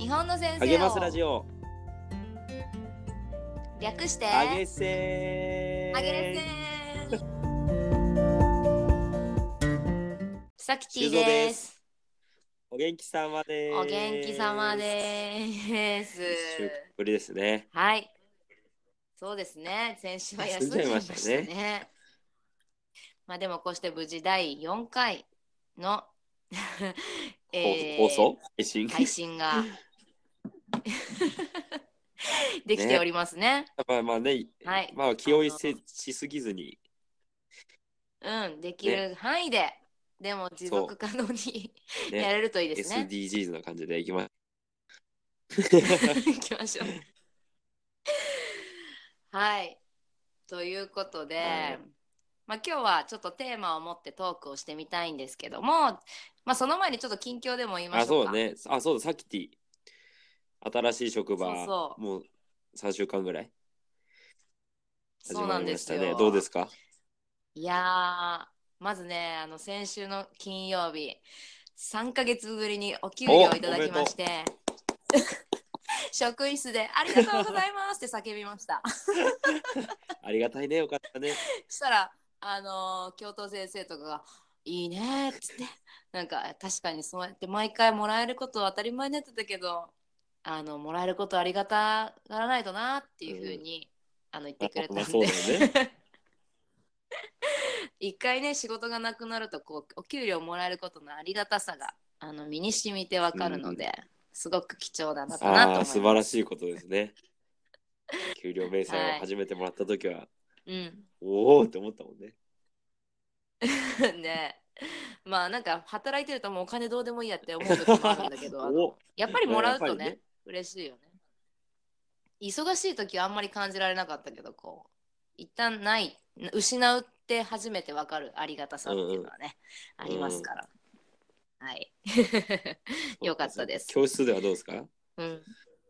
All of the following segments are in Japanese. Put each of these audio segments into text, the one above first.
本の先励ます生をラジオ略してあげせーあげれせーさきてぃ修造で。 ですお元気様でーす。 お元気様です。 1週間ぶりですね。 はい、そうですね。先週は休んじゃいました休んじゃいね。まあでもこうして無事第4回の、 放送配信ができておりますね。 まあね、 はい。 まあ気負いしすぎずにできる範囲で、でも持続可能にねやれるといいですね。 SDGs な感じでいきま行きましょう。はい。ということで、 はいまあ、今日はちょっとテーマを持ってトークをしてみたいんですけども、まあ、その前にちょっと近況でも言いましょうか。 そうね。そうだ、さっきティ新しい職場そうそうもう3週間ぐらい始まそうなんでりましたね。 すよ。 どうですか？ いやー、まずね、先週の金曜日、3ヶ月ぶりにお給料をいただきまして、職員室でありがとうございますって叫びました。 ありがたいね、よかったね。 そしたら、教頭先生とかが、いいねっつって、なんか確かにそうやって毎回もらえることは当たり前になってたけど、もらえることありがたがらないとなっていうふうに、言ってくれたんで、 そうだよね。 一回ね仕事がなくなるとこうお給料もらえることのありがたさが身に染みてわかるので、すごく貴重だったなと思います。 素晴らしいことですね。給料明細をはい初めてもらった時は、 うんおおって思ったもんね。 ねまあなんか働いてるともうお金どうでもいいやって思う時もあるんだけどやっぱりもらうとね嬉しいよね。忙しい時はあんまり感じられなかったけどこう一旦ない失うって初めてわかるありがたさっていうのはね、ありますから、はいよかったです。 教室ではどうですか？ うん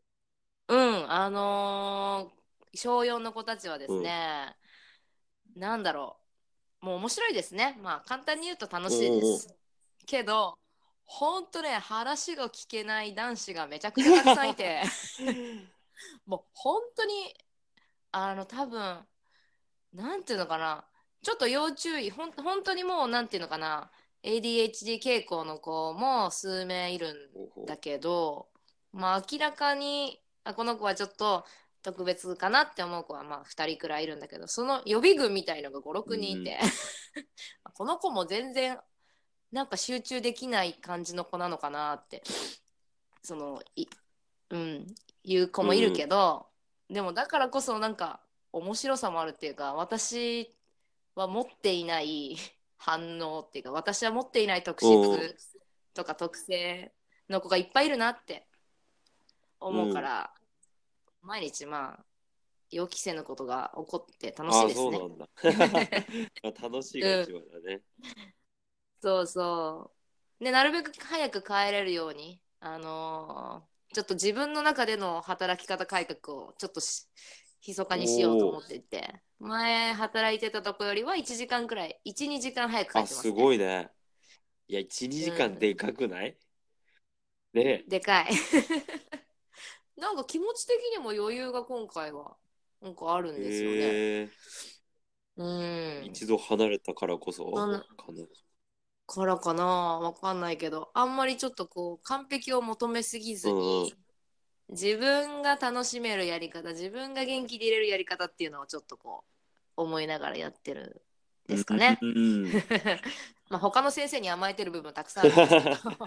小4の子たちはですね、なんだろうもう面白いですね。まあ簡単に言うと楽しいです。けどほんとね話が聞けない男子がめちゃくちゃたくさんいてもう本当に多分なんていうのかなちょっと要注意本当にもうなんていうのかな ADHD 傾向の子も数名いるんだけどまあ明らかにこの子はちょっと特別かなって思う子はまあ2人くらいいるんだけどその予備軍みたいのが56人いてこの子も全然なんか集中できない感じの子なのかなってそのいう子もいるけど、でもだからこそなんか面白さもあるっていうか私は持っていない反応っていうか私は持っていない特質とか特性の子がいっぱいいるなって思うから、毎日まあ予期せぬことが起こって楽しいですね。 そうなんだ。楽しいが一番だね。 そうそうでなるべく早く帰れるようにちょっと自分の中での働き方改革をちょっと密かにしようと思っていて前働いてたとこよりは1時間くらい12時間早く帰ってますね。 すごいね。いや1、2時間でかくない？ねでかいなんか気持ち的にも余裕が今回はなんかあるんですよね。 一度離れたからこそかな。 からかなわかんないけどあんまりちょっとこう完璧を求めすぎずに、自分が楽しめるやり方自分が元気でいれるやり方っていうのをちょっとこう思いながらやってるんですかね。まあ他の先生に甘えてる部分たくさんあるんですけど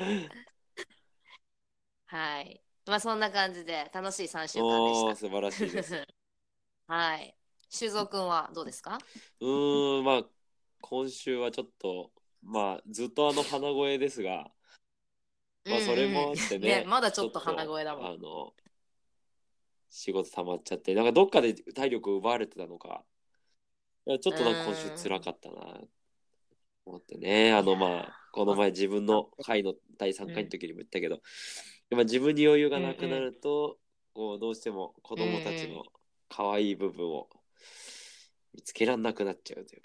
はいまあそんな感じで楽しい3週間でした。 素晴らしいですはい修造くんはどうですか？ まあ今週はちょっとまあずっと鼻声ですが、まあそれもあってね、 まだちょっと鼻声だもん。 仕事溜まっちゃってなんかどっかで体力奪われてたのか、ちょっとなんか今週辛かったなと思ってね。まあこの前自分の回の第3回の時にも言ったけど、自分に余裕がなくなると、こうどうしても子供たちの可愛い部分を見つけらんなくなっちゃうという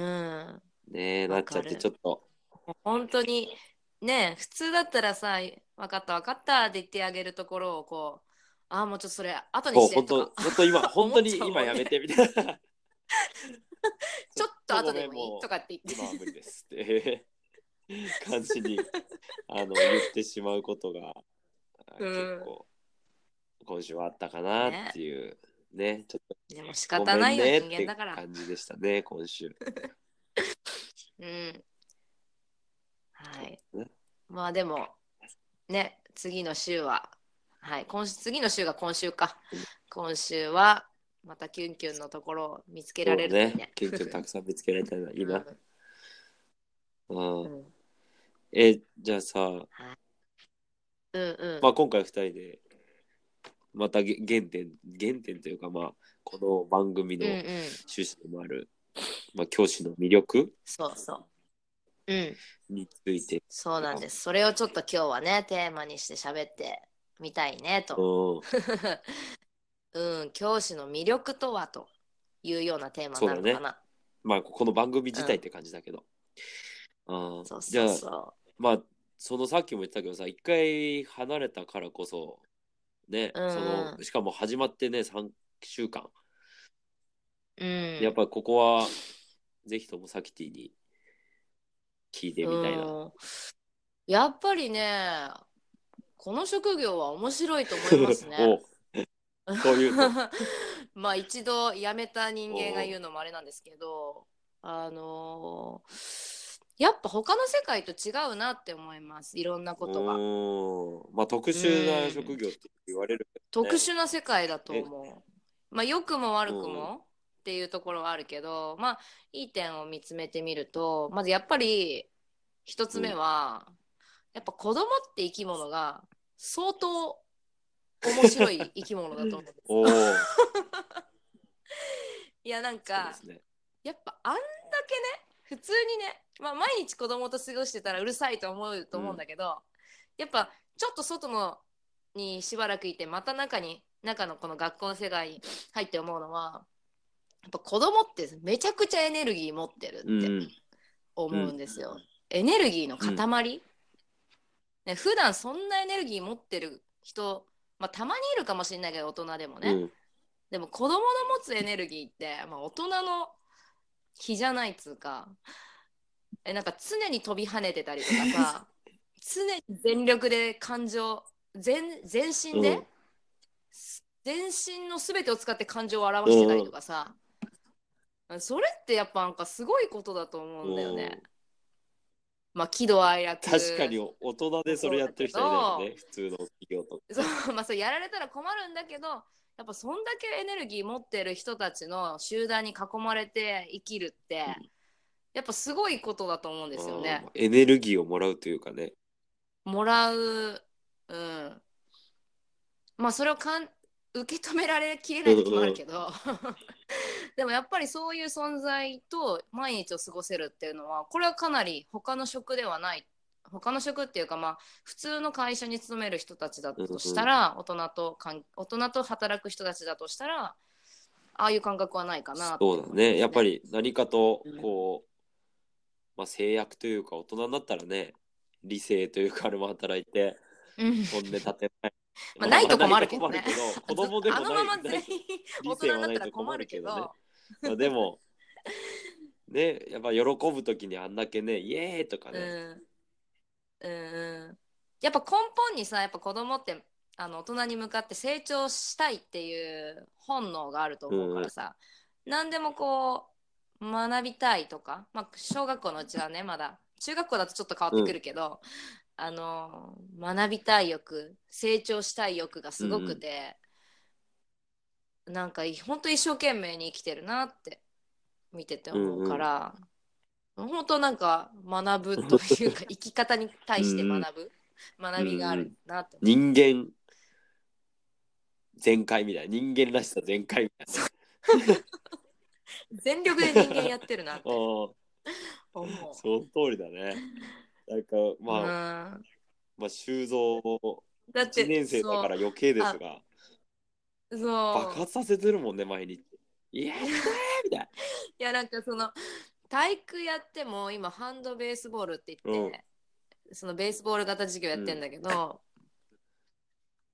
か、ねえなっちゃってちょっと本当にね普通だったらさ分かった分かったって言ってあげるところをこう、ああもうちょっとそれ後にそう、 してとか本当今、本当に思っちゃうもんね今やめてみたいな。 ちょっと後でもいいごめんもとかって言って今は無理ですって感じに言ってしまうことが結構今週はあったかなっていうね、ちょっでも仕とご方ないよめんねって人間だから感じでしたね、今週。 うんはいねまあでもね次の週ははい次の週が今週か今週はまたキュンキュンのところを見つけられるといいねキュンキュンたくさん見つけられたらいいな。 うんじゃあさ、 うんうんまあ今回2人でまた原点というか、まあこの番組のうんうん趣旨でもある、まあ、教師の魅力そうそうについて。 そうなんです。それをちょっと今日はね、テーマにして喋ってみたいねと。教師の魅力とはというようなテーマになるのかな。 まあこの番組自体って感じだけど。 そうじゃあ、 そうそう。 まあそのさっきも言ったけどさ、一回離れたからこそね、しかも始まってね3週間。やっぱりここはぜひともサキティに聞いてみたいな。 やっぱりね、この職業は面白いと思いますね。 そういうとまあ一度辞めた人間が言うのもあれなんですけど、やっぱ他の世界と違うなって思います。いろんなことが。 まあ特殊な職業って言われるけどね。 特殊な世界だと思う。まあ良くも悪くもっていうところはあるけど、まあいい点を見つめてみると、まずやっぱり一つ目は、やっぱ子供って生き物が相当面白い生き物だと思うんですよ。いやなんか、やっぱあんだけね普通にね、まあ、毎日子供と過ごしてたらうるさいと思うんだけど、やっぱちょっと外のにしばらくいてまた中のこの学校の世界に入って思うのは、やっぱ子供ってめちゃくちゃエネルギー持ってるって思うんですよ。エネルギーの塊、ね、普段そんなエネルギー持ってる人、まあ、たまにいるかもしれないけど大人でもね、でも子供の持つエネルギーって、まあ、大人の比じゃないっつうか、なんか常に飛び跳ねてたりとかさ常に全力で全身で、全身の全てを使って感情を表してたりとかさ、それってやっぱなんかすごいことだと思うんだよね。まあ喜怒哀楽、 確かに大人でそれやってる人いないよね、普通の企業とか。 そう、まあ、それやられたら困るんだけど、やっぱそんだけエネルギー持ってる人たちの集団に囲まれて生きるって、やっぱすごいことだと思うんですよね。 エネルギーをもらうというかね。 もらう、まあそれを受け止められきれない時もあるけど、でもやっぱりそういう存在と毎日を過ごせるっていうのは、これはかなり他の職ではない、他の職っていうか、まあ普通の会社に勤める人たちだとしたら、大人と働く人たちだとしたら、ああいう感覚はないかなって思いますね。 そうだね。やっぱり何かとこう、まあ、制約というか、大人になったらね、理性というかあれも働いて、本音立てない。 まあ、ないと困るけどね。 子供でもない、 あのまま全員大人になったら困るけど。 でも、ね、やっぱ喜ぶときにあんだけね、イエーイとかね。 やっぱ根本にさ、やっぱ子供って大人に向かって成長したいっていう本能があると思うからさ、何でもこう学びたいとか、まあ、小学校のうちはねまだ、中学校だとちょっと変わってくるけど、学びたい欲、成長したい欲がすごくて、なんか本当一生懸命に生きてるなって見てて思うから、本当なんか学ぶというか生き方に対して学びがあるなって、 人間全開みたいな、人間らしさ全開みたいな全力で人間やってるなって思う。 その通りだね。なんかまあ修造1年生だから余計ですが、爆発させてるもんね毎日。いやーみたいな。いやなんかその体育やっても今ハンドベースボールって言って、そのベースボール型授業やってんだけど、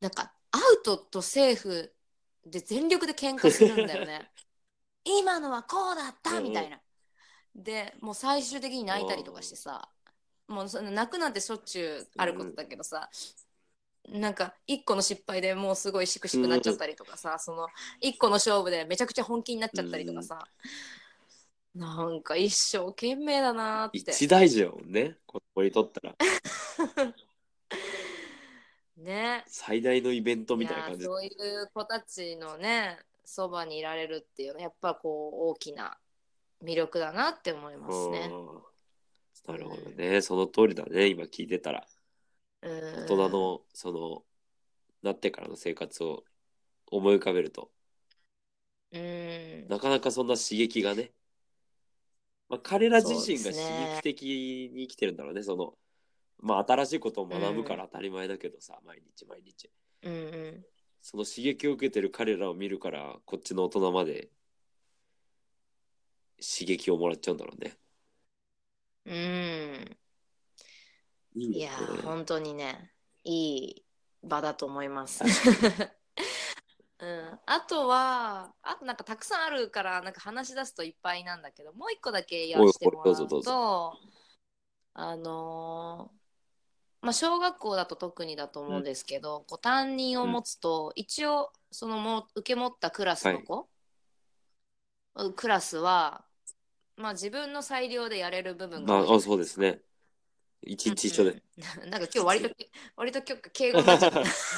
なんかアウトとセーフで全力で喧嘩するんだよね。今のはこうだったみたいな。でもう最終的に泣いたりとかしてさ、もうその泣くなんてしょっちゅうあることだけどさ、なんか一個の失敗でもうすごいしくしくなっちゃったりとかさ、その一個の勝負でめちゃくちゃ本気になっちゃったりとかさ、なんか一生懸命だなーって。 一大事だもんね、子供にとったら。 ね。 最大のイベントいやみたいな感じ。 そういう子たちのねそばにいられるっていうのはやっぱこう大きな魅力だなって思いますね。 なるほどね。その通りだね。今聞いてたら。 うん、 大人の、なってからの生活を思い浮かべると、 うん、 なかなかそんな刺激がね、まあ、彼ら自そうで身が刺激すね。 的に生きてるんだろうね。まあ、新しいことをう学ぶからん、 当たり前だけどさ、毎日毎日。 うん、 その刺激を受けてる彼らを見るから、こっちの大人まで刺激をもらっちゃうんだろうね。 うん。 いいよいやね。 本当にねいい場だと思います。 確かに。 うん、あとはあとなんかたくさんあるからなんか話し出すといっぱいなんだけどもう一個だけ言わせておいおい、 もらうどうぞどうぞ。 とあのまあ、小学校だと特にだとうん。 思うんですけど、こう担任をうん。 持つと一応その受け持ったクラスはい。 の子、クラスは、まあ、自分の裁量でやれる部分がまあ、 多いじゃないですか。 そうですね。一日一緒でうん、なんか今日割と敬語になっちゃった。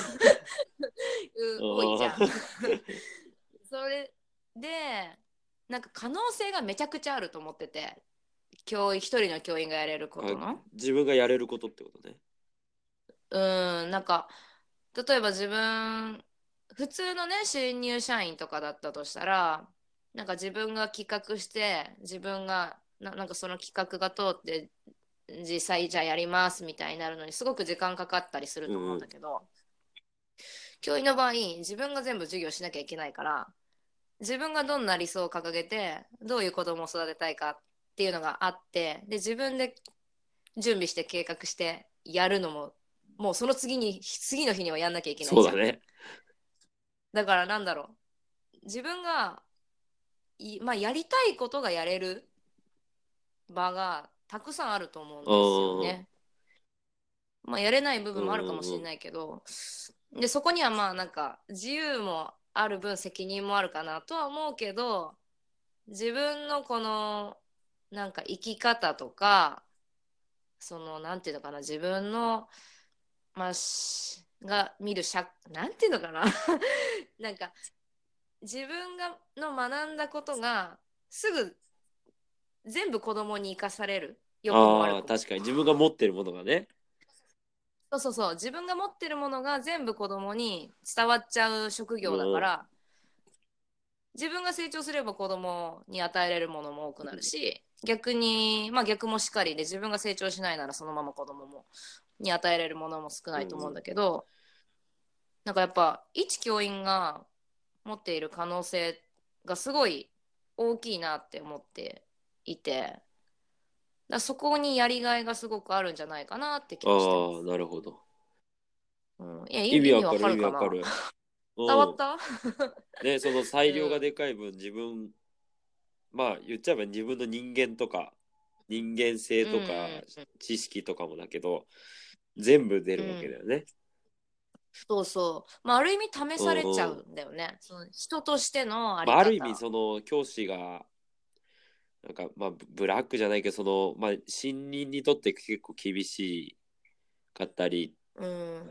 多いじゃん。それでなんか可能性がめちゃくちゃあると思ってて、一人の教員がやれるこあ、 との。 自分がやれることってことね。 なんか例えば普通のね新入社員とかだったとしたらなんか自分が企画して自分がなんかその企画が通って実際じゃあやりますみたいになるのにすごく時間かかったりすると思うんうんうん。 だけど、教員の場合自分が全部授業しなきゃいけないから自分がどんな理想を掲げてどういう子供を育てたいかっていうのがあってで自分で準備して計画してやるのももうその次の日にはやんなきゃいけないじゃん。 そうだね。 だからなんだろう自分がまあ、やりたいことがやれる場がたくさんあると思ううんですよん。うんね。まあ、やれない部う分もあるかもしれんうん。 ないけどでそこにはまあなんか自由もある分責任もあるかなとは思うけど自分のこのなんか生き方とかそのなんていうのかな自分のまあが見るなんていうのかななんか自分の学んだことがすぐ全部子供に生かされる良くも悪ああ、 くも。 確かに自分が持ってるものがね。 そうそうそう自分が持ってるものが全部子供に伝わっちゃう職業だかうん。 ら自分が成長すれば子供に与えれるものも多くなるし逆にまあ逆もしかりで自分が成長しないならそのまま子供に与えれるものも少ないと思うんうんうん。 だけどなんかやっぱ一教員が持っている可能性がすごい大きいなって思っていてそこにやりがいがすごくあるんじゃないかなって気はしてまああ、 す。 なるほど。 うん、いや意味意味わわかる、意味かるかな。 わかる。 伝わうん。 った。 ね、その裁量がうんでかい分、まあ言っちゃえば自分の人間とか、人間性うんとか、 うん知識とかもだけど、全部出るわけうん。 だよね。 そうそう。まあある意味試うされちゃんうん。 うんだよね。その人としてのあまあ、ある意味、 り方。 その教師が、まあ、ブラックじゃないけど、まあ、新任にとって結構厳しかったりうん。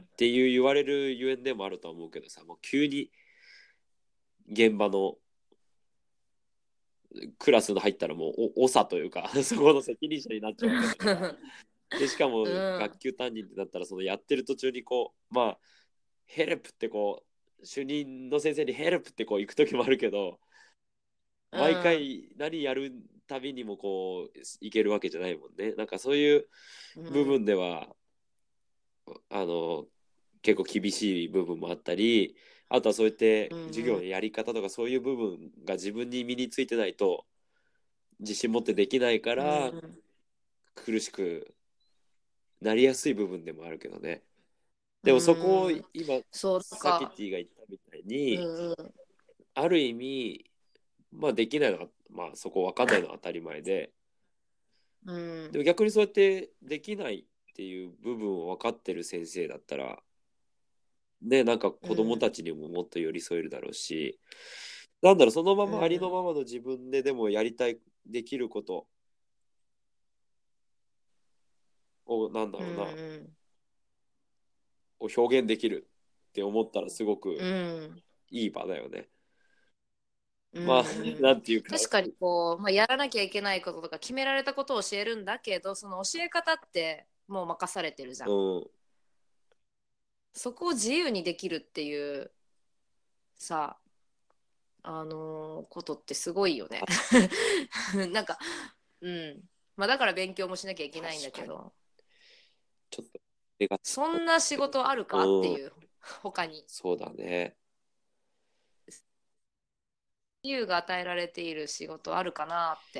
っていう言われるゆえんでもあると思うけどさ、もう急に現場のクラスに入ったらもう長というかそこの責任者になっちゃうわけだから。で、しかもうん。 学級担任ってなったら、そのやってる途中にまあ、ヘルプって主任の先生にヘルプって行く時もあるけど、 う毎ん。 回何やるたびにもいけるわけじゃないもんね。なんかそういう部分うん。 では、あの、結構厳しい部分もあったり、あとはそうやってうん。 授業のやり方とかそういう部分が自分に身についてないと自信持ってできないかうらん。 苦しくなりやすい部分でもあるけどね。 でもそこをうん今そうサキか。 ティが言ったみたいうんに、 うんある意味まあできないのが、まあそこ分かんないのは当たり前で、 うんでも逆にそうやってできないっていう部分を分かってる先生だったら、ね、なんか子供たちにももっと寄り添えるだろうし、なんだろう、そのままありのままの自分ででもやりたい、できることを、なんだうんろうな、 うんを表現できるって思ったらすごうくんいい場だよね。 うんまあ、 うんなんていうか、 確かにこう、まあ、やらなきゃいけないこととか決められたことを教えるんだけど、その教え方ってもう任されてるじゃん。 うん、 そこを自由にできるっていうさ、ことってすごいよね。なんか、うん。まあだから勉強もしなきゃいけないんだけど、 ちょっと、手が、 そんな仕事あるかってうん、 いう、他に。 そうだね。 自由が与えられている仕事あるかなって。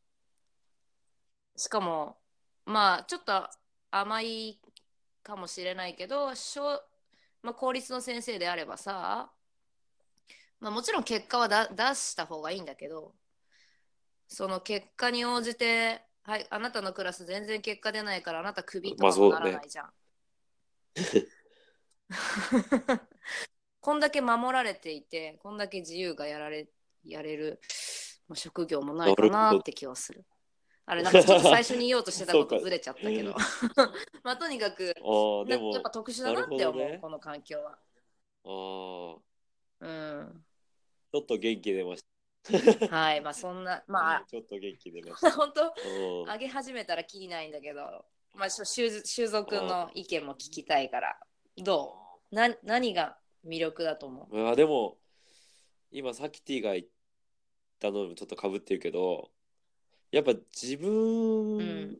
しかも、まあちょっと甘いかもしれないけど、まあ、公立の先生であればさ、まあ、もちろん結果は出した方がいいんだけど、その結果に応じて、はい、あなたのクラス全然結果出ないからあなたクビとまあかもそうだね。 ならないじゃん。こんだけ守られていて、こんだけ自由がやれる、まあ、職業もないかなるほど。 なって気はする。あれ、なんかちょっと最初に言おうとしてたそうか。 ことずれちゃったけど。まあとにかく、 ああ、でやっも、 ぱ特殊だなるなって思う、 ほどね。 この環境は。 ああ、 うん。 ちょっと元気出ました。 はい、まあそんな、まあ、 ちょっと元気出ました。 本当、 うん。 上げ始めたらきりないんだけど、まあ、修造君あの意見も聞きたいから、何が魅力だと思あ、でも、今、サキティが言ったのもちょっとかぶってるけど、やっぱ自う？うん。 分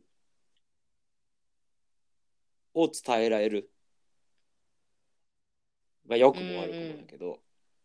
を伝えられる。まあ、良うんくも悪くもだけど、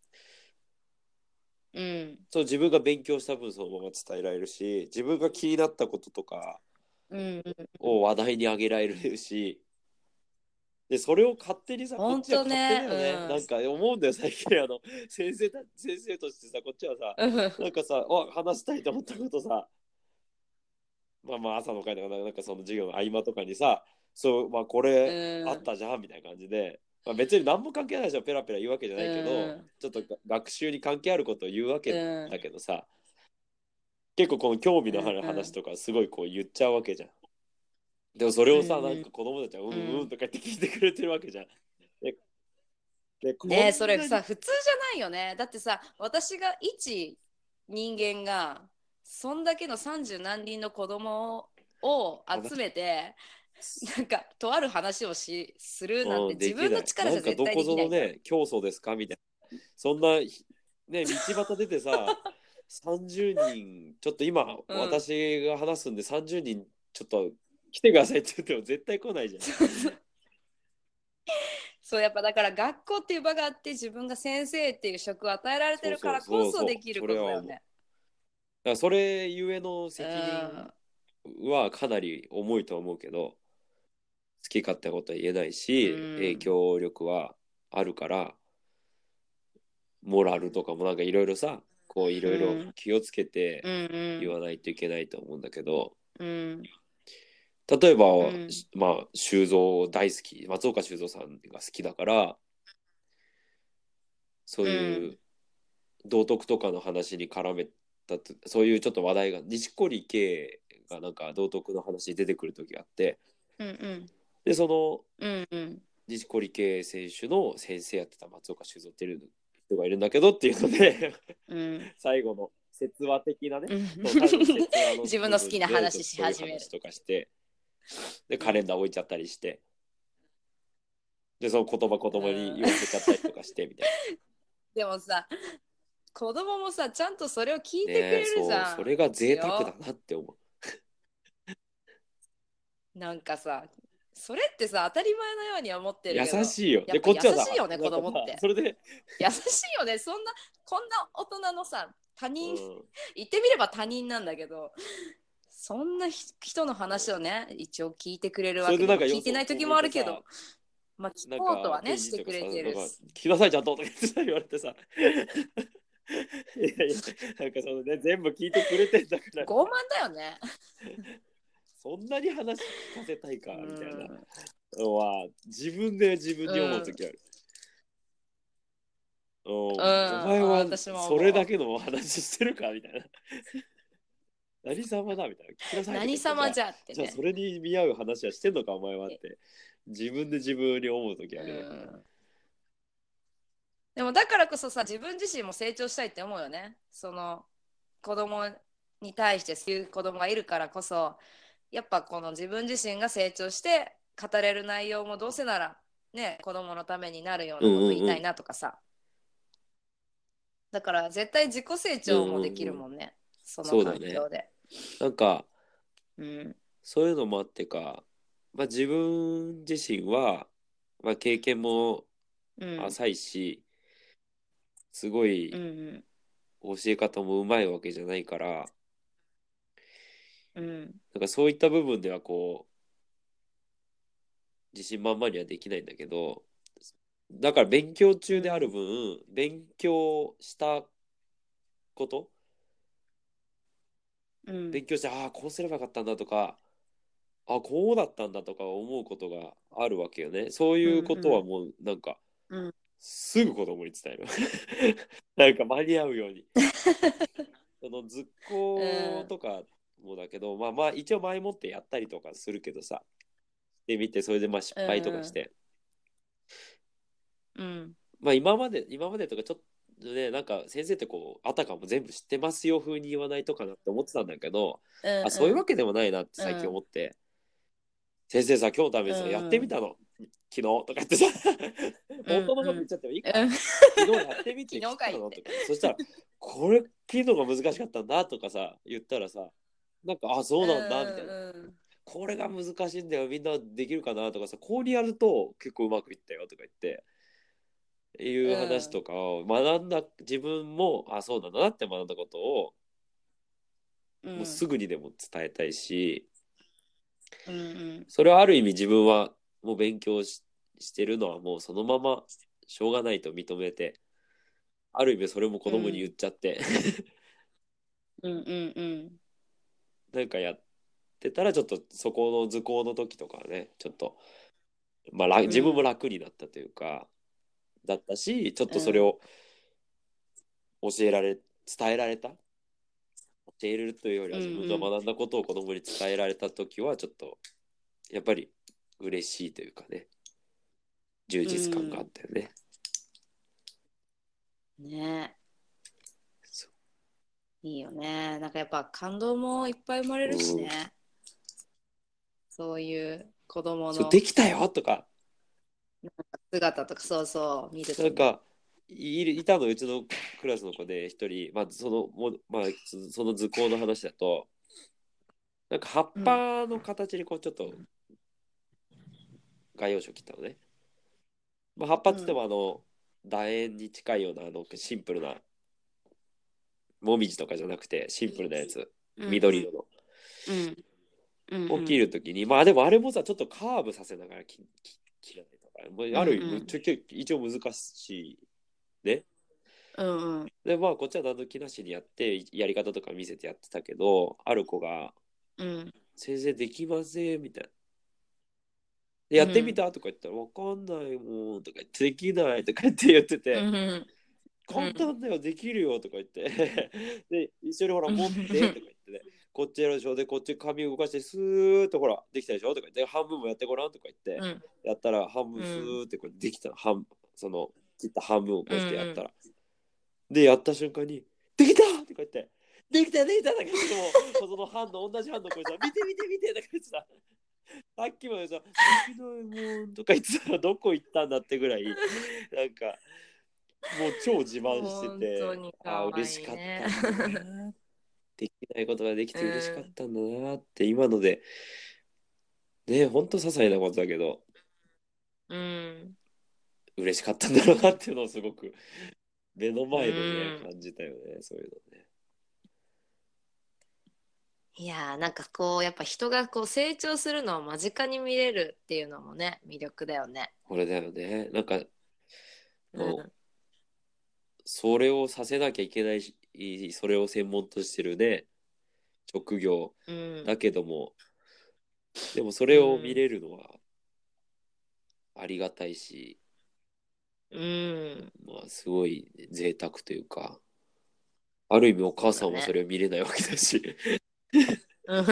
うん。 そう自分が勉強した分そのまま伝えられるし、自分が気になったこととかうんうんうん。 を話題にあげられるし、で、それを勝手にさ、こっ本ちは勝手だ当ね。 よね。なんか思うんだよ、最近。先生としてさ、こっちはさ、 うん。 なんかさ、話したいと思ったことさ、まあまあ朝の会とか、なんかその授業の合間とかにさ、そう、まあこうれあっん。 たじゃんみたいな感じで、まあ、別に何も関係ないでしょ、ペラペラ言うわけじゃうないけど、 ん。 ちょっと学習に関係あることを言うわけうん。 だけどさ、結構この興味のあるうん。 話とかすごいこう言っちゃうわけじゃん。でもそれうをさ、なんん。 か子供たちはうんうんうん。 とか言って聞いてくれてるわけじゃん。で、こねえ、そんなに、 れさ、普通じゃないよね。だってさ、私が一人間が、そんだけの30何人の子供を集めて、なんか、とある話をするなんてうん、で自分のきない。なんか力じゃ絶対どこぞのできないじゃん。 ね、競争ですかみたいな。そんな、ね、道端出てさ、30人、ちょっと今、 うん。 私が話すんで30人、ちょっと来てくださいって言っても絶対来ないじゃん。 そうそう。そう、やっぱだから学校っていう場があって自分が先生っていう職を与えられてそうそうるからこそうそう、 そできるそれは思う。 ことだよね。 だからそれゆえのう責任ん。 はかなり重いとは思うけど、好き勝手なことは言えないうし、影ん。 響力はあるから、モラルとかもなんかいろいろさ、こういうろいろん。 気をつけてうん。 言わないといけないと思うんだけど、 うん。 例えば、 うん。 まあ、修造大好き、松岡修造さんが好きだから、そうういうん。 道徳とかの話に絡めたと、そういうちょっと話題が、錦織圭がなんか道徳の話に出てくる時があって、 うん。 で、そのうん。うん。 錦織圭選手の先生やってた松岡修造っていう人がいるんだけどっていうのでうん。 最後の説話的なね、 うん。 その最後の説話の自分部の好きな分でちょっ話しとそういう始める。 話とかして、で、カレンうん。 ダー置いちゃったりして、で、その言葉子う供に言わせちゃったりとん。 かしてみたいでもさ、子供もさ、ちゃんとそれを聞いな。 てくねえ、 れるじそう、そゃん、 れが贅沢だ一応。 なって思う。 なんかさ、それってさ、当たり前のように思ってる優けど、 しいよ。で、 やっぱ優こっちはさ、 しいよね、子なんかさ、 供って。 それで、 優しいよね。こんな大人のさ、他う人、 ん、 言ってみれば他人なんだけど、そんな人の話をね、一応聞いてくれるわけで、 それでなんかまあ、聞いてそう、 ない時子供とさ、 もあるけど、 まあ聞なんこうとはかペねしてくージとかさ、 れてる。 なんか聞きなさいちゃんととか言われてさいやいや、なんかそのね、全部聞いてくれてんだから傲慢だよね。 そんなに話聞かせたいかうみたいなん。 のは自分で自分に思ううん。 時ある。 うん。 お前は私もそれだ思けのお話してるかみたいな。何様だみたいな。聞きなう。 さいとか言って、じゃあ、 何様じゃってね。 じゃあそれに見合う話はしてんのかお前はって自分で自分に思う時あうるね。 ん。でもだからこそさ、自分自身も成長したいって思うよね。その子供に対してそういう子供がいるからこそ、やっぱこの自分自身が成長して語れる内容もどうせならね、子供のためになるよううんなこと言いたいうんうん。 なとかさ。だから絶対自己成うん長もできうんうん。 るもんね。そのそうだね。 環境で。 なんか、 うん。 そういうのもあってか、まあ自分自身は、まあ経験もうん。 浅いし、すごいうん。 教え方もうまいわけじゃないから、 うん。 なんかそういった部分ではこう、自信満々にはできないんだけど、だから勉強中であるうん。 分、勉強したこと、 うん。 勉強して、ああ、こうすればよかったんだとか、あ、こうだったんだとか思うことがあるわけよね。そううん。 いうことうん。 はもうなんか、 うん。 すぐ子供に伝える。なんか間に合うように。その図工とかもだけど、まあまあ一応前もってやったりとかするけどさ、で見て、それでまあ失敗とかしうん。 て、 うん。 まあ今までとかちょっとね、なんか先生ってこう、あたかも全部知ってますよ風に言わないとかなって思ってたんだけど、 うあ、そういうわん。 けでもないなってう最近思ん。 って、先生さ、今日のためうにさ、やってみん。 たの。昨日とか言ってさ、 うん。 本当のことうん。 言っちゃってもいいか。 うん。 昨日やってみ昨て切っ日かいって。 たのとか、そしたら、これ切るのが難しかったんだとかさ、言ったらさ、なんか、あ、そううなんだみたいな。 ん。うん。 これが難しいんだよ、みんなできるかなとかさ、こうにやると結構うまくいったよとか言って、いう話とかを学んだ、自分も、あ、そうなんだなって学んだことを、もうすうん。 ぐにでも伝えたいし、 うん。 それはある意味自分はもう勉強してるのはもうそのまましょうがないと認めて、ある意味それも子供に言っうん。 ちゃってうん。うん。 なんかやってたらちょっとそこの図工の時とかはね、ちょっと、まあ自分もうん。 楽になったというか、だったし、ちょっうん。 とそれを教えられ、伝えられた。教えるというよりうん。 は自分がうん。 学んだことを子供に伝えられた時はちょっと、やっぱり嬉しいというかね、充う実感があっん。 たよね。 ね。 そいいよね。なんかやっぱ感動もいっぱい生まれるしう、うん、 ね。そういう子供そうでのきたよとか、 姿とかそうそう見るとね。 なんかいたのうちのクラスの子で一人、まあまあ、その図工の話だと、なんか葉っうん。 ぱの形にこうちょっと画用紙を切ったのね。まあ、葉っぱって言ってうん。 も楕円に近いようなシンプルなもみじとかじゃなくてシンプルなやつ、 うん。 緑色のうん。うん。うを切ん。 るときに、まあでもあれもさちょっとカーブさせながら切らないとか、もううん。 ある意味うん。 一応難しいね。 うん。うん。 でまあこっちは何の気なしにやってやり方とか見せてやってたけど、ある子がうん。 「先生できません」みたいな。でやってみうん。 たとか言ったら「わかんないもん」とか言って「できない」とか言っててうん。 簡単だよ、できるよとか言ってで、一緒にほら持ってとか言ってね、こっちやるでしょ、で、こっち紙動かしてスーッとほら、できたでしょとか言って、半分もやってごらんとか言って、 うん。 やったら半分スうん。 ーってこれできた、その、切った半分をこううん。 してやったら。で、やった瞬間に、できたとか言って、できたできたとか言っても、その同じ班の子にさ、見て見て見てとか言ってさ、さっきまでさ、できないもんとか言ってたら、どこ行ったんだってぐらい、なんか、もう超自慢して本当て、 にああ、 可嬉しかっ愛いね。 たんだな。できないことができうて嬉しかっん。 たんだなって、今ので、ね、ほんと些細なことだけど、 うん。 嬉しかったんだろうなっていうのをすごく目のう前でね、 ん。 感じたよね、そういうのね。 いやーなんかこうやっぱ人がこう成長するのを間近に見れるっていうのもね魅力だよね。 これだよね。なんか、もう、 うんそれをさせなきゃいけないし、それを専門としてるね、職業うんだけども、でもそれを見うんれるのはありがたいし、 うんまあ、すごい贅沢というか、ある意味お母さんはそそうだね。 れを見れないわけだし。 うん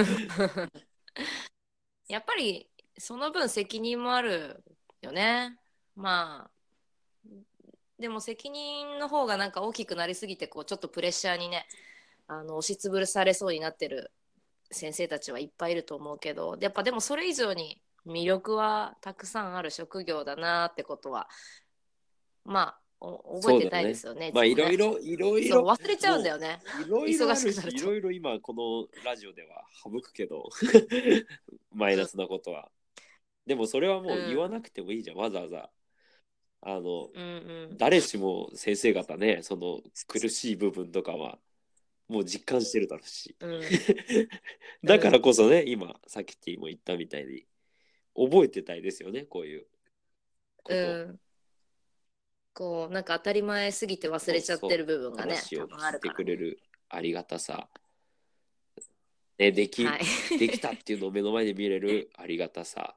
やっぱりその分責任もあるよね。まあでも責任の方がなんか大きくなりすぎてこうちょっとプレッシャーにね押しつぶされそうになってる先生たちはいっぱいいると思うけどやっぱでもそれ以上に魅力はたくさんある職業だなってことはまあ覚えてそうだね。 たいですよねいまあ、 つもね。 いろいそうろ、 忘れちゃうんだもよね。 う、いろいろ忙あるし、 しくなると。 いろいろ今、このラジオでは省くけど、マイナスなことは。でもそれはもう言わうんなくてもいいじゃん。わざわざ。あの、 うんうん誰しも先生方ね、その苦しい部分とかは、もう実感してるだろうし。 うんだからうんこそね、今、さっきも言ったみたいに、覚えてたいですよね、こういうこうと。 んこうなんか当たり前すぎて忘れちゃってそうそう。 る部分がね話を多分あ聞いてるからね。 くれるありがたさ。 はい。 できたっていうのを目の前で見れるありがたさ。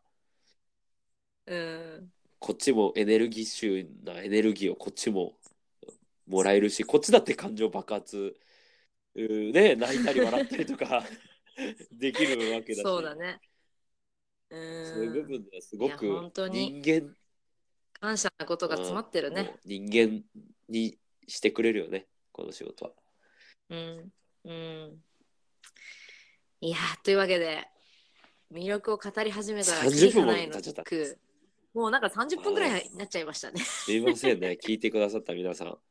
うんこっちもエネルギッシュなエネルギーをこっちももらえるし、こっちだって感情爆発、ね、泣いたり笑ったりとかできるわけだし、 そうだね。うそういう部分ん。 ではすいや、 ごく本当に人間、 感謝なことが詰まってるね。 もう人間にしてくれるよね、この仕事は。 うん。うん。いや、というわけで、魅力を語り始めたらキ 30 リ分もがないの経っちゃった。 く、もうなんか30分ぐらあいになっちゃいましたね。 すいませんね、聞いてくださった皆さん。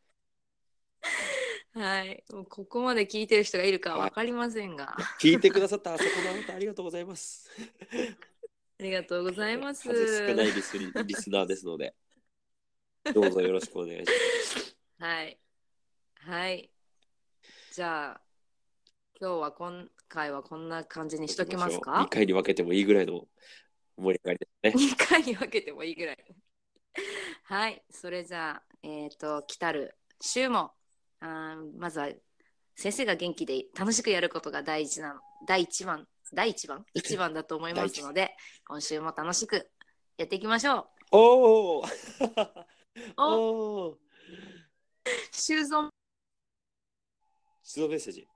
はい。もうここまで聞いてる人がいるかはい。 わかりませんが。 聞いてくださったあそこのあなたありがとうございます。 ありがとうございます。 数少ないリスナーですので、どうぞよろしくお願いします。 はい。はい。じゃあ、今日は今回はこんな感じにしとき行きましょう。 ますか？ 2回に分けてもいいぐらいの盛り上がりですね。 2 回に分けてもいいぐらい。はい。それじゃあ、来たる週も、まずは先生が元気で楽しくやることが大事なの。一番だと思いますので、今週も楽しくやっていきましょおおう。お、 おお修造出動メッセージ。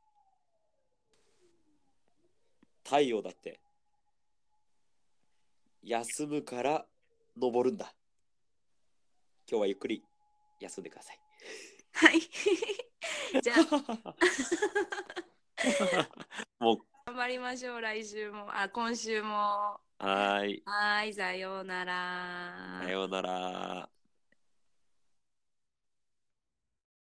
太陽だって休むから昇るんだ。今日はゆっくり休んでください。 はい。じゃあ、 もう頑張りましょう。来週も、今週も。 はーい。 はい、さようなら。 さようなら。